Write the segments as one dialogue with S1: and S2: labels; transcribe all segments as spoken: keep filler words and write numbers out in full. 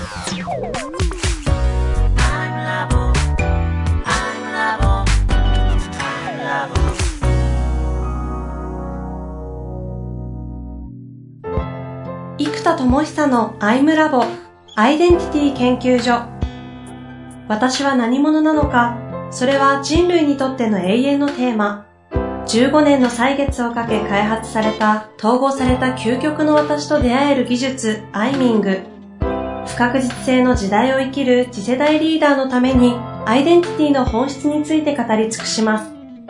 S1: 生田智久のアイムラボアイデンティティ研究所。私は何者なのか、それは人類にとっての永遠のテーマ。じゅうごねんの歳月をかけ開発された統合された究極の私と出会える技術アイミング。不確実性の時代を生きる次世代リーダーのためにアイデンティティの本質について語り尽くします。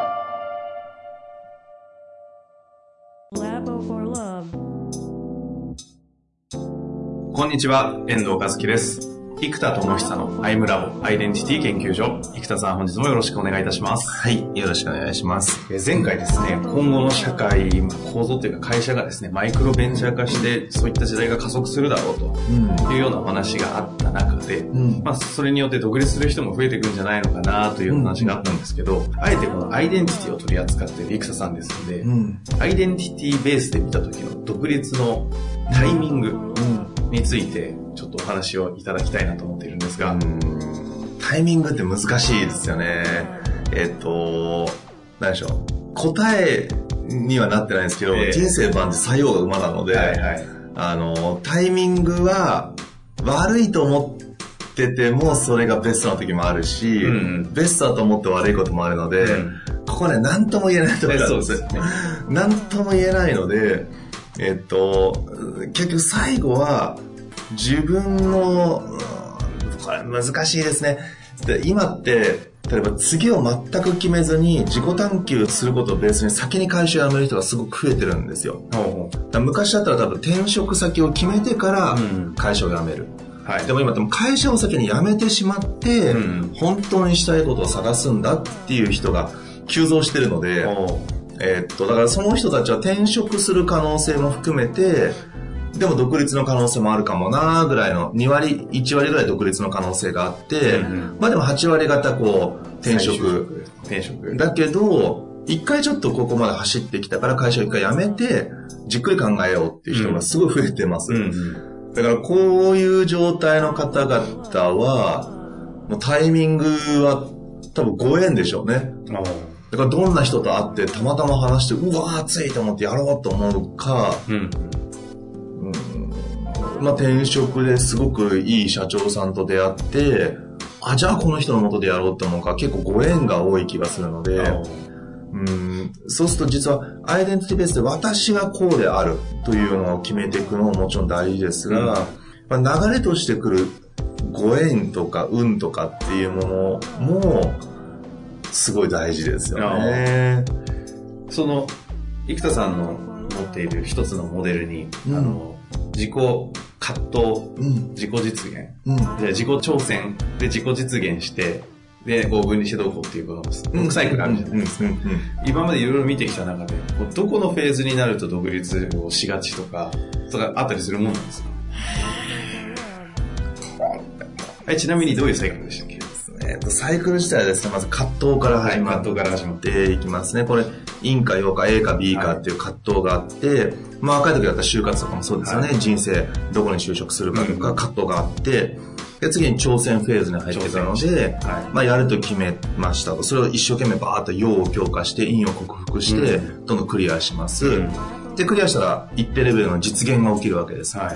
S2: こんにちは、遠藤和樹です。生田智久のアイムラボアイデンティティ研究所。生田さん、本日もよろしくお願いいたします。
S3: はい、よろしくお願いします。
S2: 前回ですね、今後の社会構造というか会社がですね、マイクロベンチャー化してそういった時代が加速するだろうというようなお話があった中で、うん、まあそれによって独立する人も増えていくんじゃないのかなという話があったんですけど、うん、あえてこのアイデンティティを取り扱っている生田さんですので、うん、アイデンティティベースで見た時の独立のタイミングについてちょっとお話をいただきたいなと思っているんですが、うん、
S3: タイミングって難しいですよね。えっと何でしょう、答えにはなってないんですけど、えー、人生版って作用が馬なので、はいはい、あのタイミングは悪いと思っててもそれがベストな時もあるし、うん、ベストだと思って悪いこともあるので、うん、ここね何とも言えないところなんですよ。何とも言えないので、えっと結局最後は自分の、これ難しいですね。で今って例えば次を全く決めずに自己探求することをベースに先に会社を辞める人がすごく増えてるんですよ。だ昔だったら多分転職先を決めてから会社を辞める、うんはい、でも今でも会社を先に辞めてしまって、うん、本当にしたいことを探すんだっていう人が急増してるので、えー、っとだからその人たちは転職する可能性も含めて、でも独立の可能性もあるかもなぐらいのに割いち割ぐらい独立の可能性があって、うんうん、まあでもはち割方こう転職
S2: 転職
S3: だけど一回ちょっとここまで走ってきたから会社を一回辞めてじっくり考えようっていう人がすごい増えてます、うんうん、だからこういう状態の方々はもうタイミングは多分ご縁でしょうね。だからどんな人と会ってたまたま話してうわー熱いと思ってやろうと思うか、うんまあ、転職ですごくいい社長さんと出会ってあじゃあこの人の元でやろうって思うか結構ご縁が多い気がするので、うん、そうすると実はアイデンティティベースで私はこうであるというのを決めていくのももちろん大事ですが、うんまあ、流れとしてくるご縁とか運とかっていうものもすごい大事ですよね。
S2: その生田さんの持っている一つのモデルに、うん、あの自己葛藤、うん、自己実現、うん、で自己挑戦で自己実現してでこう分離してどうこうっていうこのサイクルあるじゃないですか。今までいろいろ見てきた中でこうどこのフェーズになると独立をしがちとかとかあったりするもんなんですか？はい、ちなみにどういうサイクルでしたっけ？
S3: えー、とサイクル自体はですね、まず葛藤から始まっていきますね。これ陰か陽か A か B かっていう葛藤があって、はい、まあ若い時だったら就活とかもそうですよね、はい、人生どこに就職するかとか葛藤があって、で次に挑戦フェーズに入ってたので、はいまあ、やると決めましたと。それを一生懸命バーッと陽を強化して陰を克服して、うん、どんどんクリアします、うん、でクリアしたら一定レベルの実現が起きるわけです、はい、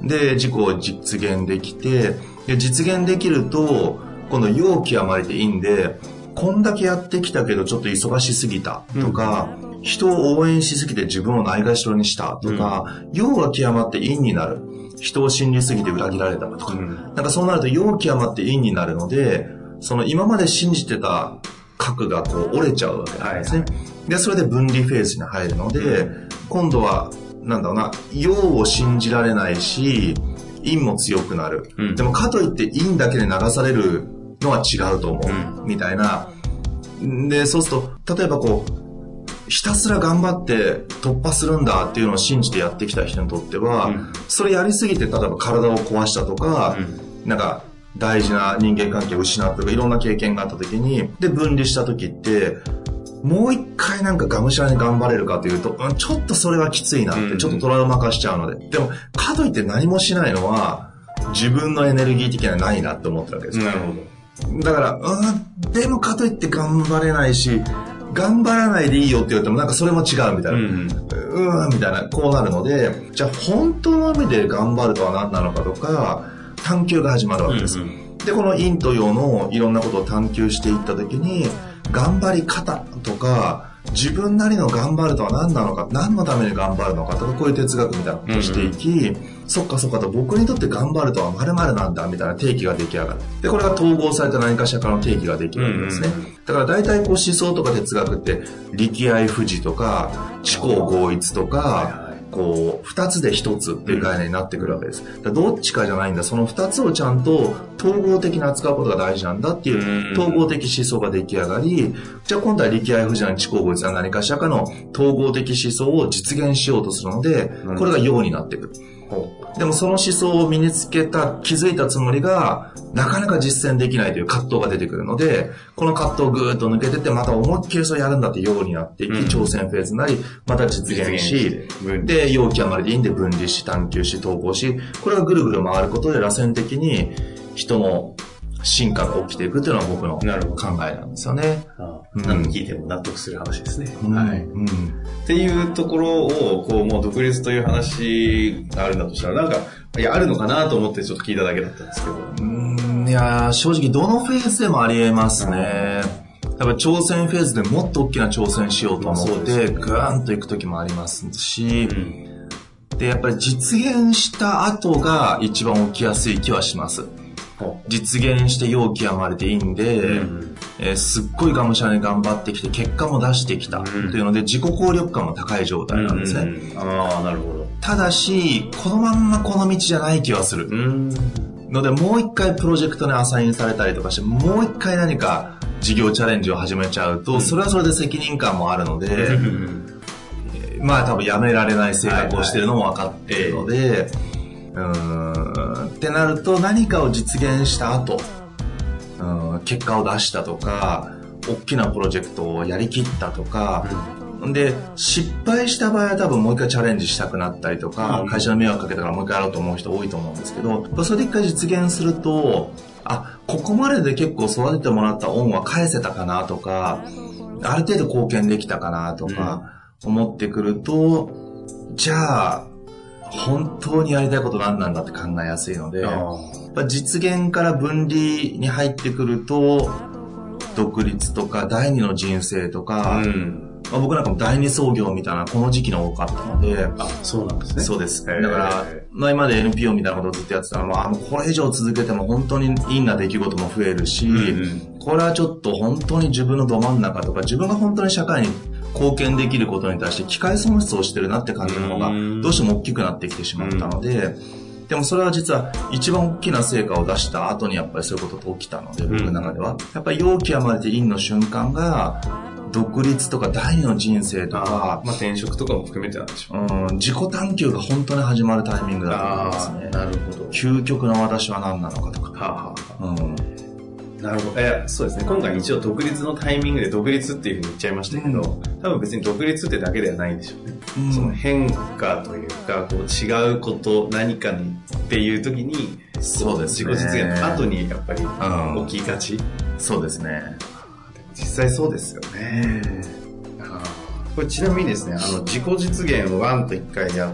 S3: で自己を実現できてで実現できると今度陽極まれていいんでこんだけやってきたけどちょっと忙しすぎたとか、うん、人を応援しすぎて自分をないがしろにしたとか、うん、陽が極まって陰になる、人を信じすぎて裏切られたとか、うん、なんかそうなると陽極まって陰になるのでその今まで信じてた核がこう折れちゃうわけなんですね、はいはい、でそれで分離フェーズに入るので、うん、今度はなんだろうな陽を信じられないし陰も強くなる、うん、でもかといって陰だけで流されるのは違うと思う、うん、みたいな。でそうすると例えばこうひたすら頑張って突破するんだっていうのを信じてやってきた人にとっては、うん、それやりすぎて例えば体を壊したとか、うん、なんか大事な人間関係を失ったとかいろんな経験があった時にで分離した時ってもう一回なんかがむしゃらに頑張れるかというと、うん、ちょっとそれはきついなって、うん、ちょっとトラウマ化しちゃうので、でもかといって何もしないのは自分のエネルギー的にはないなって思ってるわけですよ。
S2: なるほ
S3: ど。だから、うん、でもかといって頑張れないし、頑張らないでいいよって言ってもなんかそれも違うみたいな。うん、うん、みたいな、こうなるので、じゃあ本当の意味で頑張るとは何なのかとか、探求が始まるわけです。うんうん、で、この陰と陽のいろんなことを探求していったときに、頑張り方とか、自分なりの頑張るとは何なのか、何のために頑張るのかとか、こういう哲学みたいなことをしていき、うんうん、そっかそっかと、僕にとって頑張るとは〇〇なんだみたいな定義が出来上がる。で、これが統合された何かしらかの定義ができるんですね。うんうん、だから大体こう思想とか哲学って、力愛不二とか、思考合一とか、こう、二つで一つっていう概念になってくるわけです。だどっちかじゃないんだ。その二つをちゃんと統合的に扱うことが大事なんだっていう統合的思想が出来上がり、じゃあ今度は力愛不二な思考合一は何かしらかの統合的思想を実現しようとするので、これが陽になってくる。でもその思想を身につけた、気づいたつもりが、なかなか実践できないという葛藤が出てくるので、この葛藤をぐーっと抜けてって、また思いっきりそれやるんだって陽になっていき、うん、挑戦フェーズになり、また実現し、で、陽極まりでいいんで分離し、探求し、統合し、これがぐるぐる回ることで螺旋的に人の進化が起きていくっていうのは僕の考えなんですよね。
S2: ああ、うん、何聞いても納得する話ですね。うん、はい、うん。っていうところを、こう、もう独立という話があるんだとしたら、なんか、いや、あるのかなと思ってちょっと聞いただけだったんですけど。
S3: うん、いや、正直どのフェーズでもあり得ますね。やっぱ挑戦フェーズでもっと大きな挑戦しようと思って、グーンと行く時もありますし、うん、で、やっぱり実現した後が一番起きやすい気はします。実現して陽極まれていいんで、うんえー、すっごいがむしゃらに頑張ってきて結果も出してきたというので、自己効力感も高い状態なんですね。うんうん、
S2: ああ、なるほど。
S3: ただしこのまんまこの道じゃない気はする、うん、のでもう一回プロジェクトにアサインされたりとかして、もう一回何か事業チャレンジを始めちゃうと、うん、それはそれで責任感もあるので、うんえー、まあ多分やめられない性格をしているのも分かっているので、はいはいうーんってなると、何かを実現した後、うん結果を出したとか、大きなプロジェクトをやりきったとか、うん、で失敗した場合は多分もう一回チャレンジしたくなったりとか、うん、会社の迷惑かけたからもう一回やろうと思う人多いと思うんですけど、それで一回実現すると、あ、ここまでで結構育ててもらった恩は返せたかなとか、ある程度貢献できたかなとか思ってくると、うん、じゃあ本当にやりたいこと何なんだって考えやすいので、やっぱ実現から分離に入ってくると、独立とか第二の人生とか、うんまあ、僕なんかも第二創業みたいなこの時期の多かったので、
S2: あ、そうなんですね。
S3: そうです。だから、まあ、今まで エヌピーオー みたいなことをずっとやってたのは、これ以上続けても本当にいいな出来事も増えるし、うん、これはちょっと本当に自分のど真ん中とか、自分が本当に社会に貢献できることに対して機会損失をしてるなって感じの方がどうしても大きくなってきてしまったので、でもそれは実は一番大きな成果を出した後にやっぱりそういうことが起きたので、僕の中ではやっぱり陽極まれて陰の瞬間が独立とか第二の人生とか、
S2: まあ、転職とかも含めてなんでしょう、
S3: うん、自己探求が本当に始まるタイミングだと思いますね。
S2: なるほど。
S3: 究極の私は何なのかとか、はあはあうん
S2: なるほど。え、そうですね。今回一応独立のタイミングで独立っていうふうに言っちゃいましたけど、うん、多分別に独立ってだけではないんでしょうね。うん、その変化というか、こう違うこと、何かにっていう時に、
S3: そうですね。
S2: 自己実現の後にやっぱり起きがち。
S3: うん、そうですね。
S2: 実際そうですよね。あこれちなみにですね、あの自己実現をワンと一回やって、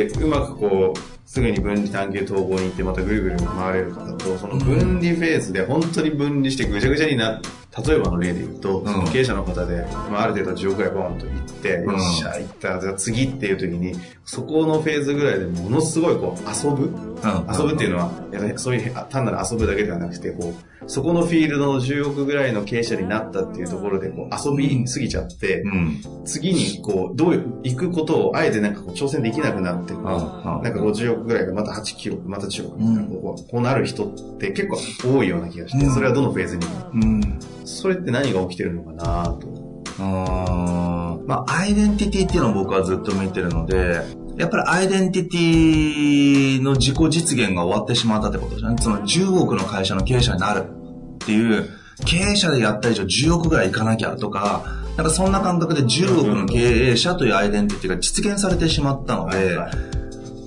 S2: うまくこう、すぐに分離探求統合に行ってまたぐるぐる回れる方と、その分離フェーズで本当に分離してぐちゃぐちゃになって、例えばの例で言うと、うん、経営者の方で、まあ、ある程度じゅうおくぐらいボーンと行って、うん、よっしゃ、行った、じゃあ次っていう時に、そこのフェーズぐらいでものすごいこう遊ぶ、うん、遊ぶっていうのは、そういう単なる遊ぶだけではなくて、こう、そこのフィールドのじゅうおくぐらいの経営者になったっていうところで、こう遊びすぎちゃって、うん、次にこう、どういう、行くことをあえてなんかこう挑戦できなくなって、うん、なんかごじゅうおくぐらいがまたはち、きゅうおく、またじゅうおく、うん、こう、こうなる人って結構多いような気がして、それはどのフェーズにも。うんそれって何が起きてるのかなと。
S3: あまあ、アイデンティティっていうのを僕はずっと見てるので、やっぱりアイデンティティの自己実現が終わってしまったってことですね。そのじゅうおくの会社の経営者になるっていう、経営者でやった以上じゅうおくぐらいいかなきゃとか、なんかそんな感覚でじゅうおくの経営者というアイデンティティが実現されてしまったので、はいはい、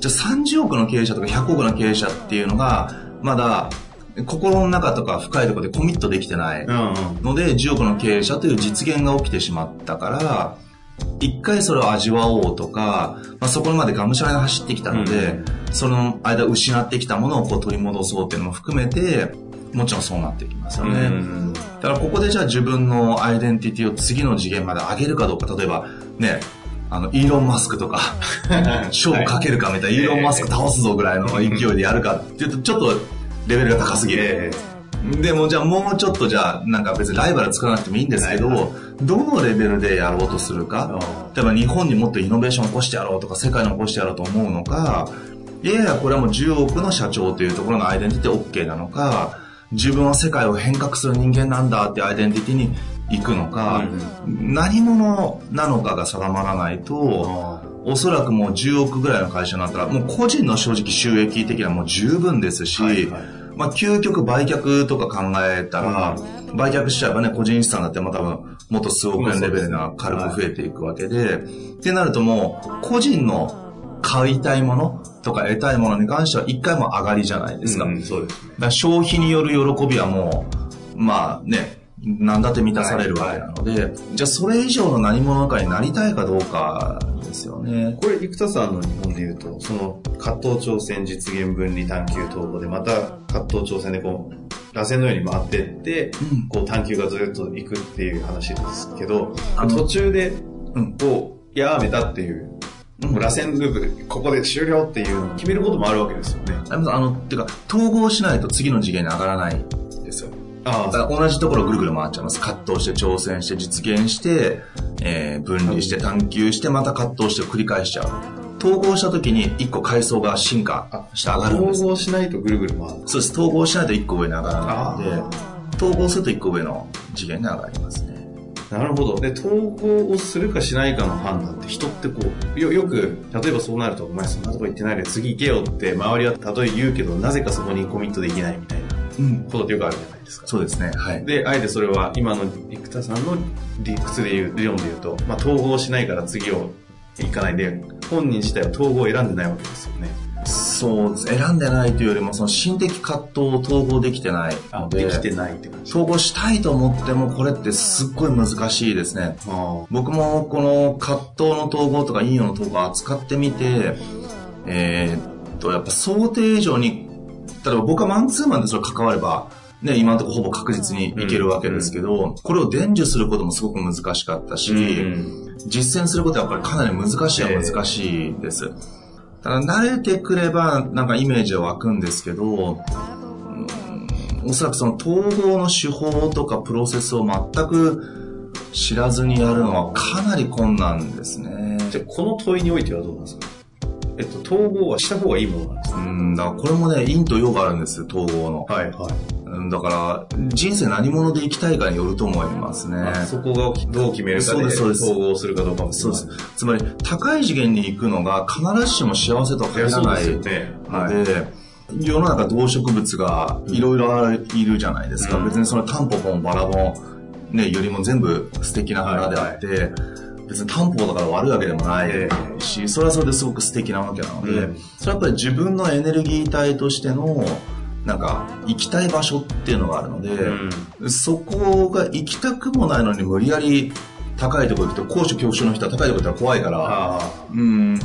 S3: じゃあさんじゅうおくの経営者とかひゃくおくの経営者っていうのが、まだ、心の中とか深いところでコミットできてないので、じゅうおくの経営者という実現が起きてしまったから、一回それを味わおうとか、まあ、そこまでがむしゃらに走ってきたので、うん、その間失ってきたものをこう取り戻そうっていうのも含めて、もちろんそうなってきますよね。うん、だからここでじゃあ自分のアイデンティティを次の次元まで上げるかどうか、例えばね、あの、イーロン・マスクとか、勝負かけるかみたいな、イーロン・マスク倒すぞぐらいの勢いでやるかっていうと、ちょっとレベルが高すぎる。でもじゃあもうちょっとじゃあなんか別にライバル作らなくてもいいんですけど、はいはい、どのレベルでやろうとするか、例えば日本にもっとイノベーションを起こしてやろうとか世界に起こしてやろうと思うのか、いやいやこれはもうじゅうおくの社長というところのアイデンティティ OK なのか、自分は世界を変革する人間なんだっていうアイデンティティに行くのか、うん、何者なのかが定まらないと、おそらくもうじゅうおくぐらいの会社になったらもう個人の正直収益的にはもう十分ですし、はいはい、まあ、究極売却とか考えたら、うん、売却しちゃえばね、個人資産だってまあ多分もっと数億円レベルが軽く増えていくわけで、はい、ってなるともう個人の買いたいものとか得たいものに関しては一回も上がりじゃないですか。うん、そうですね。だから消費による喜びはもう、まあね、何だって満たされるわけなので、はいはい、じゃあそれ以上の何者かになりたいかどうかですよね。
S2: これ生田さんの日本で言うと、その葛藤挑戦実現分離探求統合でまた葛藤挑戦でこう螺旋のように回っていって、うん、こう探求がずっといくっていう話ですけど、途中でこうやめたっていう。もう螺旋ループでここで終了っていうのを決めることもあるわけですよね。
S3: あの、てか統合しないと次の次元に上がらないんですよ。ああ、だから同じところをぐるぐる回っちゃいます。葛藤して挑戦して実現して、えー、分離して探求してまた葛藤して繰り返しちゃう。統合した時に一個階層が進化して上がるんです。
S2: 統合しないとぐるぐる回る。
S3: そうです。統合しないと一個上に上がらないので、統合すると一個上の次元に上がりますね。
S2: なるほど。で、統合をするかしないかの判断って人ってこう、よ、よく、例えばそうなると、お前そんなとこ行ってないで次行けよって周りは例え言うけど、なぜかそこにコミットできないみたいなことってよくあるじゃないですか。
S3: そうですね。はい。
S2: で、あえてそれは今の生田さんの理屈で言う、理論で言うと、まあ統合しないから次を行かないで、本人自体は統合を選んでないわけですよね。
S3: そうです。選んでないというよりも、その心的葛藤を統合できてないので。
S2: できてないって感じ。
S3: 統合したいと思っても、これってすっごい難しいですね。僕もこの葛藤の統合とか陰陽の統合を扱ってみて、えー、っと、やっぱ想定以上に、例えば僕はマンツーマンでそれ関われば、ね、今のところほぼ確実にいけるわけですけど、うんうん、これを伝授することもすごく難しかったし、うんうん、実践することはやっぱりかなり難しいは難しいです。えーだから慣れてくればなんかイメージは湧くんですけど、うん、おそらくその統合の手法とかプロセスを全く知らずにやるのはかなり困難ですね。
S2: じゃあこの問いにおいてはどうなんですか？えっと、統合はした方がいいものなんですか？
S3: うん、だからこれもね、陰と陽があるんですよ、統合の。
S2: はいはい。
S3: だから人生何者で生きたいかによると思いますね。
S2: そこがどう決めるかで統合するかどうかも
S3: そうです。つまり高い次元に行くのが必ずしも幸せとは限らないので、はい、世の中動植物がいろいろいるじゃないですか。うん、別にそのタンポポもバラもねよりも全部素敵な花であって、はいはい、別にタンポポだから悪いわけでもないし、それはそれですごく素敵なわけなので、うん、それはやっぱり自分のエネルギー体としてのなんか行きたい場所っていうのがあるので、うん、そこが行きたくもないのに無理やり高いところ行くと高所恐怖症の人は高いところ行ったら怖いから、うーん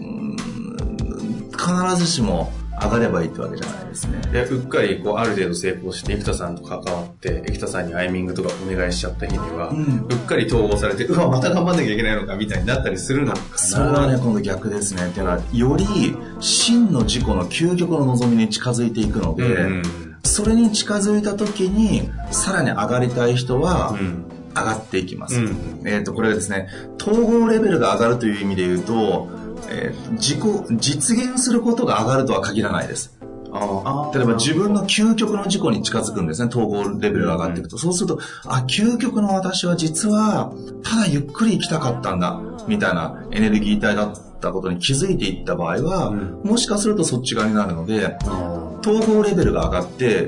S3: 必ずしも上がればいいってわけじゃないですね。
S2: いや、うっかりこうある程度成功して生田さんと関わって生田さんにアイミングとかお願いしちゃった日には、うん、うっかり統合されてうわまた頑張んなきゃいけないのかみたいになったりするのかな。
S3: それはね今度逆ですね。っていうのはより真の自己の究極の望みに近づいていくので、うん、それに近づいた時にさらに上がりたい人は、うん上がっていきます。うん、えっと、これはですね、統合レベルが上がるという意味で言うと、えー、自己、実現することが上がるとは限らないです。あ例えば自分の究極の自己に近づくんですね、統合レベルが上がっていくと。うん、そうすると、あ、究極の私は実は、ただゆっくり生きたかったんだ、みたいなエネルギー体だったことに気づいていった場合は、うん、もしかするとそっち側になるので、統合レベルが上がって、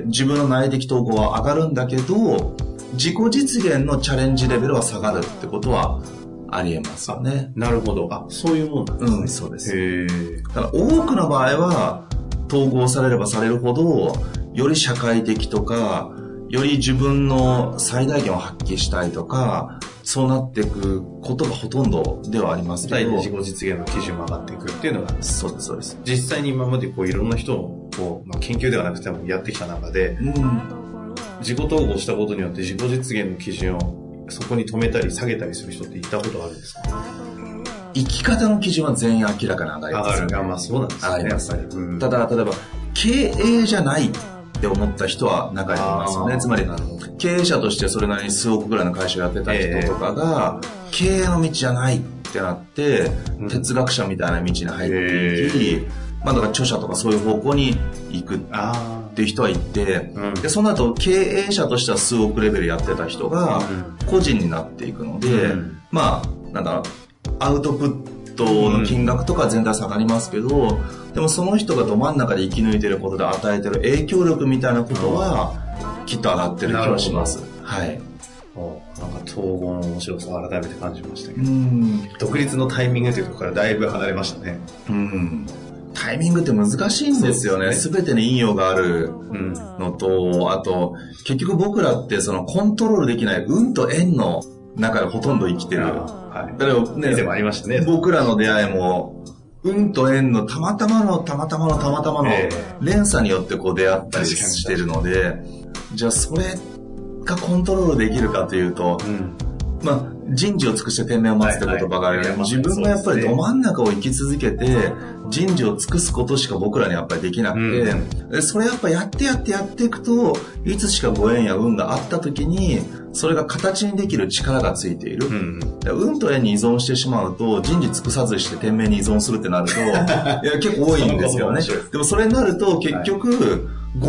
S3: 自分の内的統合は上がるんだけど、自己実現のチャレンジレベルは下がるってことはありえますよね。
S2: なるほど。あ、そういうもんなんですね。
S3: うん、そうです。
S2: へ
S3: だから多くの場合は、統合されればされるほど、より社会的とか、より自分の最大限を発揮したいとか、そうなっていくことがほとんどではありますけど。
S2: 自己実現の基準も上がっていくっていうのが。
S3: そうです、そうです。
S2: 実際に今までこういろんな人をこう、まあ、研究ではなくてもやってきた中で、うん、自己統合したことによって自己実現の基準をそこに止めたり下げたりする人っていたことあるんですか？
S3: 生き方の基準は全員明らかに上がります、ね。
S2: 上がる。まあそうなんですね。やっぱり。
S3: うん、ただ、例えば、経営じゃないって思った人は中にいますよね。つまり、経営者としてそれなりに数億ぐらいの会社をやってた人とかが、えー、経営の道じゃないってなって、うん、哲学者みたいな道に入っていき、えー、まあだから著者とかそういう方向に行くっていう人はいて、うん、で、その後経営者としては数億レベルやってた人が個人になっていくので、うん、まあ、なんだ、アウトプットの金額とか全体下がりますけど、うん、でもその人がど真ん中で生き抜いてることで与えてる影響力みたいなことはきっと上がってる気がします。はい。
S2: なんか統合の面白さを改めて感じましたけど、うん、独立のタイミングというところからだいぶ離れましたね。
S3: うん、タイミングって難しいんですよね。すべてに陰陽があるのと、うん、あと結局僕らってそのコントロールできない運と縁の中でほとんど生きてる。
S2: はい、だからね、以前もありましたね。
S3: 僕らの出会いも運と縁のたまたまのたまたまのたまたまの連鎖によってこう出会ったりしてるので、じゃあそれがコントロールできるかというと、うん、まあ人事を尽くして天命を待つって言葉があるように、自分がやっぱりど真ん中を生き続けて人事を尽くすことしか僕らにやっぱりできなくて、うん、それやっぱやってやってやっていくと、いつしかご縁や運があった時にそれが形にできる力がついている、うん、運と縁に依存してしまうと人事尽くさずして天命に依存するってなるといや結構多いんですよね。でもそれになると結局、はい、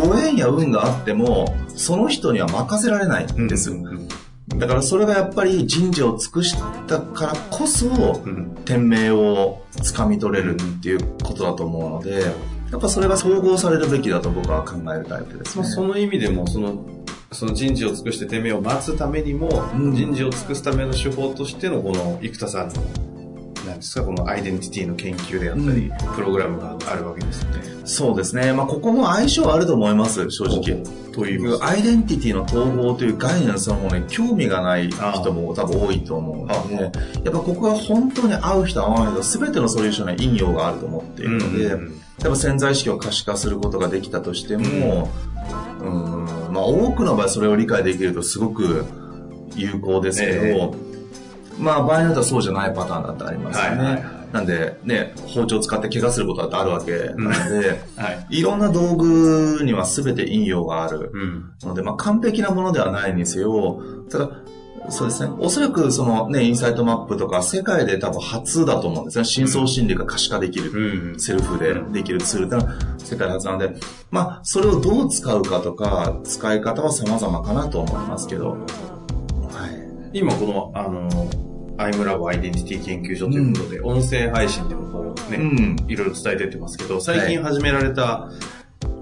S3: ご縁や運があってもその人には任せられないんです、うんうん、だからそれがやっぱり人事を尽くしたからこそ、うん、天命をつかみ取れるっていうことだと思うので、やっぱそれが総合されるべきだと僕は考えるタイプですね。
S2: まあ、その意味でもそのその人事を尽くして天命を待つためにも、うん、人事を尽くすための手法としてのこの生田さんのなんですか、このアイデンティティの研究であったり、うん、プログラムがあるわけですよね。
S3: そうですね。まあここも相性あると思います、正直。というアイデンティティの統合という概念そのものに興味がない人も多分多いと思うので、やっぱここは本当に合う人合わない人全てのソリューションに陰陽があると思っているので、うん、やっぱ潜在意識を可視化することができたとしても、うん、うんまあ多くの場合それを理解できるとすごく有効ですけど、えー、まあ場合によってはそうじゃないパターンだってありますよね。はいはいはい、なんでね、包丁を使って怪我することだってあるわけなので、うんはい、いろんな道具には全て陰陽があるので、まあ完璧なものではないにせよ、ただそうですね、おそらくそのね、インサイトマップとか世界で多分初だと思うんですね。深層心理が可視化できる、うん、セルフでできるツールってのは世界初なので、まあそれをどう使うかとか使い方は様々かなと思いますけど、はい、
S2: 今このあのアイムラボアイデンティティ研究所ということで、うん、音声配信でもこうね、うん、いろいろ伝えてってますけど、最近始められた、はい、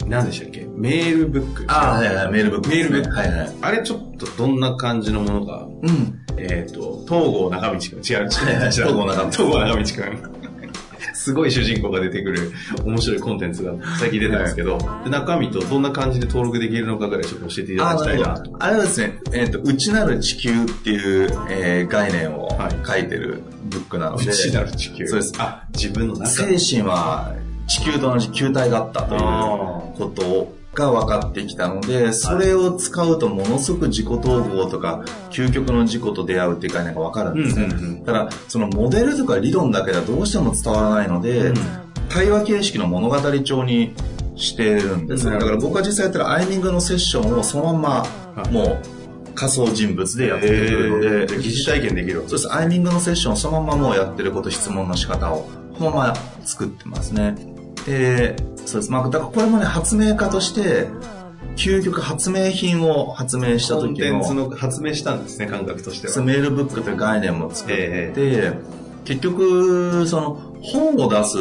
S2: 何でしたっけ、メールブック。
S3: ああ、はいはい、メールブック、
S2: ね。メールブック。はいはい。あれちょっとどんな感じのものか。うん。えっ、ー、と、東郷中道くん。違う、違う。東郷中道。東郷中道くん。すごい主人公が出てくる面白いコンテンツが最近出てますけど、はい、で中身とどんな感じで登録できるのかぐらいちょっと教えていただきたいなと。
S3: あれはですね、えっ、ー、と、内なる地球っていう、えー、概念を書いてるブックなので。
S2: 内なる地球。
S3: そうです。
S2: あ、自分の中。
S3: 精神は地球と同じ球体だったということを、が分かってきたので、それを使うとものすごく自己統合とか究極の自己と出会うっていう概念が分かるんですね、うんうんうん、ただそのモデルとか理論だけではどうしても伝わらないので、うん、対話形式の物語調にしてるんですね、うん、だから僕が実際やってるアイミングのセッションをそのままもう仮想人物でやってくるので、
S2: 疑似体験できる。
S3: そうです。アイミングのセッションをそのままもうやってること、質問の仕方をこのまま作ってますね。で、そうです。まあ、だからこれもね、発明家として、究極発明品を発明した時の。コン
S2: テンツの発明したんですね、感覚としては。
S3: メールブックという概念も作って、えー、結局、その、本を出すって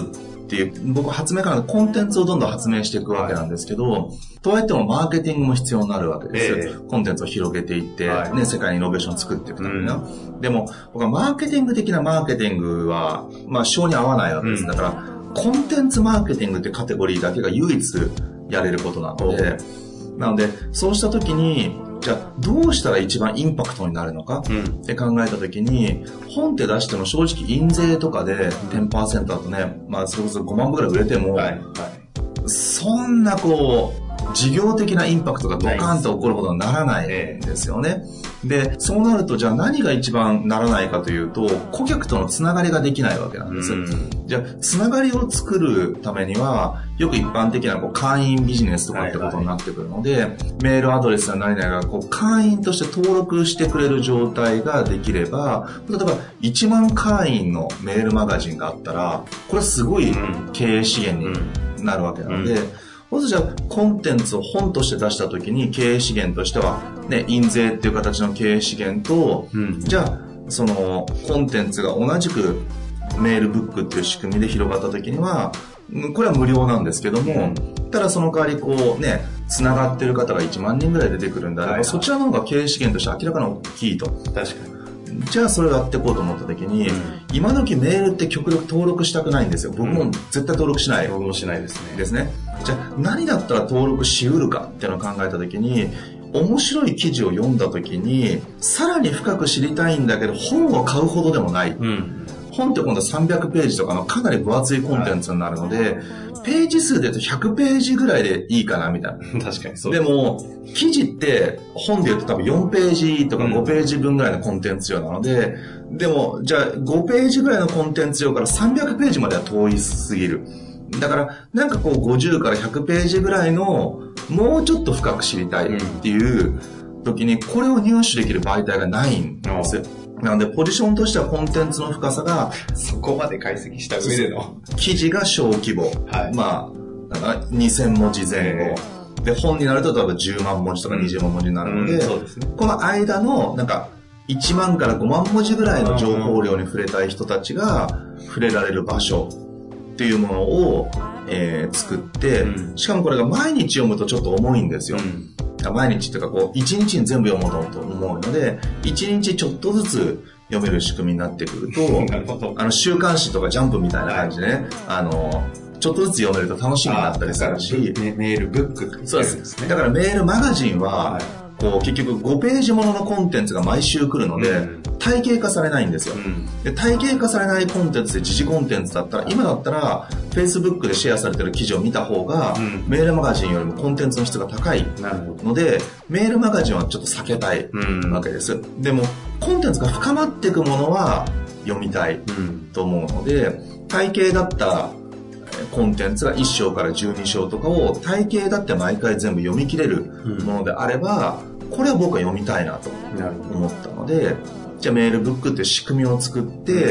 S3: っていう、僕は発明からコンテンツをどんどん発明していくわけなんですけど、はい、とはいってもマーケティングも必要になるわけです。えー、コンテンツを広げていって、はい、ね、世界にイノベーションを作っていくためにな、うん。でも、僕はマーケティング的なマーケティングは、まあ、性に合わないわけです。うん、だから、コンテンツマーケティングってカテゴリーだけが唯一やれることなので、なので、そうしたときに、じゃあどうしたら一番インパクトになるのかって考えたときに、本って出しても正直印税とかで じゅっパーセント だとね、まあそれこそごまんぶぐらい売れても、はいはい、そんなこう、事業的なインパクトがドカーンと起こることにならないんですよね。で、そうなるとじゃあ何が一番ならないかというと、顧客とのつながりができないわけなんです。じゃあ、つながりを作るためには、よく一般的なこう会員ビジネスとかってことになってくるので、はいはい、メールアドレスや何々がこう会員として登録してくれる状態ができれば、例えばいちまん会員のメールマガジンがあったら、これはすごい経営資源になるわけなので、うんうん、まずじゃあコンテンツを本として出したときに経営資源としては、ね、印税っていう形の経営資源と、うん、じゃあそのコンテンツが同じくメールブックっていう仕組みで広がったときには、これは無料なんですけども、うん、ただその代わりこうね、つながってる方がいちまんにんぐらい出てくるんであれば、はい、そちらの方が経営資源として明らかに大きいと。
S2: 確かに。
S3: じゃあそれをやっていこうと思った時に、うん、今時メールって極力登録したくないんですよ。僕も絶対登録しない。
S2: 僕もしないですね。
S3: ですね。じゃあ何だったら登録しうるかっていうのを考えた時に、面白い記事を読んだ時に、さらに深く知りたいんだけど、本を買うほどでもない。うん、本って今度さんびゃくページとかのかなり分厚いコンテンツになるので、ページ数で言うとひゃくページぐらいでいいかなみたい
S2: な。確かにそう。
S3: でも、記事って本で言うと多分よんページとかごページ分ぐらいのコンテンツ量なので、うん、でも、じゃあごページぐらいのコンテンツ量からさんびゃくページまでは遠いすぎる。だから、なんかこうごじゅうからひゃくページぐらいのもうちょっと深く知りたいっていう時に、これを入手できる媒体がないんです。なので、ポジションとしてはコンテンツの深さが、
S2: そこまで解析した上での。
S3: 記事が小規模。はい、まあ、なんかにせんもじぜん後。で、本になると例えばじゅうまんもじとかにじゅうまんもじになるので、うんそうですね、この間の、なんか、いちまんからごまんもじぐらいの情報量に触れたい人たちが触れられる場所っていうものを、えー、作って、うん、しかもこれが毎日読むとちょっと重いんですよ。うん毎日っていうかこう一日に全部読もうと思うので一日ちょっとずつ読める仕組みになってくるとあの週刊誌とかジャンプみたいな感じでね、はい、あのちょっとずつ読めると楽しみになったりするし
S2: メールブックって言うんですね。
S3: そうです。だからメールマガジンは、はいこう結局ごページもののコンテンツが毎週来るので、うん、体系化されないんですよ、うん、で体系化されないコンテンツで時事コンテンツだったら今だったら Facebook でシェアされてる記事を見た方が、うん、メールマガジンよりもコンテンツの質が高いのでメールマガジンはちょっと避けたいわけです、うん、でもコンテンツが深まっていくものは読みたいと思うので体系だったコンテンツがいっ章からじゅうに章とかを体系だって毎回全部読み切れるものであれば、うん、これを僕は読みたいなと思ったので、じゃあメールブックっていう仕組みを作って、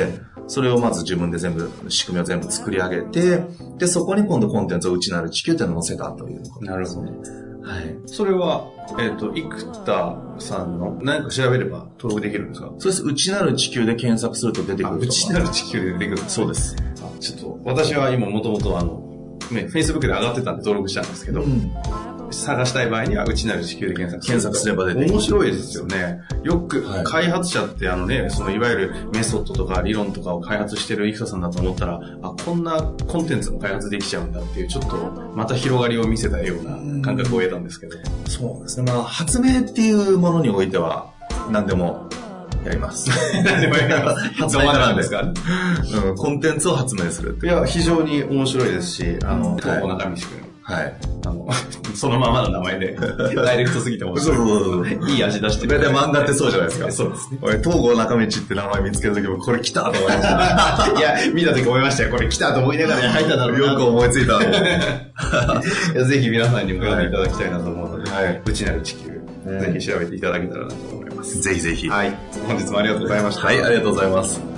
S3: うん、それをまず自分で全部仕組みを全部作り上げて、でそこに今度コンテンツを内なる地球って載せたということですね。
S2: なるほど。はい。それは、えっと、生田さんの何か調べれば登録できるんですか？
S3: そうです。内なる地球で検索すると出てくる。
S2: 内なる地球で出てくる。
S3: そうです。
S2: あ、ちょっと、私は今もともとあの、ね、Facebook で上がってたんで登録したんですけど、うん、探したい場合には内なる地球で検索
S3: 検索すれば出てくる。
S2: 面白いですよね。よく開発者ってあのね、そのいわゆるメソッドとか理論とかを開発してる生田さんだと思ったら、あ、こんなコンテンツも開発できちゃうんだっていうちょっとまた広がりを見せたような感覚を得たんですけど。
S3: そうですね。まあ発明っていうものにおいては何でもやります。
S2: 何でもやります。
S3: 発明なんですか、うん、コンテンツを発明するって
S2: いや、非常に面白いですし、あの、東郷中道くん。はい。あの、そのままの名前で、ダイレクトすぎて面白い。そうそうそう。いい味出してる。
S3: 大体漫画ってそうじゃないですか。
S2: そうですね。
S3: 俺、東郷中道って名前見つけた時も、これ来たと思いました。
S2: いや、見た時思いましたよ。これ来たと思いながら入っただろうな。
S3: よく思いついた。
S2: いやぜひ皆さんにも読んでいただきたいなと思うので、はい。内なる地球、ぜひ調べていただけたらなと思います。
S3: ぜひぜひ。
S2: はい。本日もありがとうございました。
S3: はい、ありがとうございます。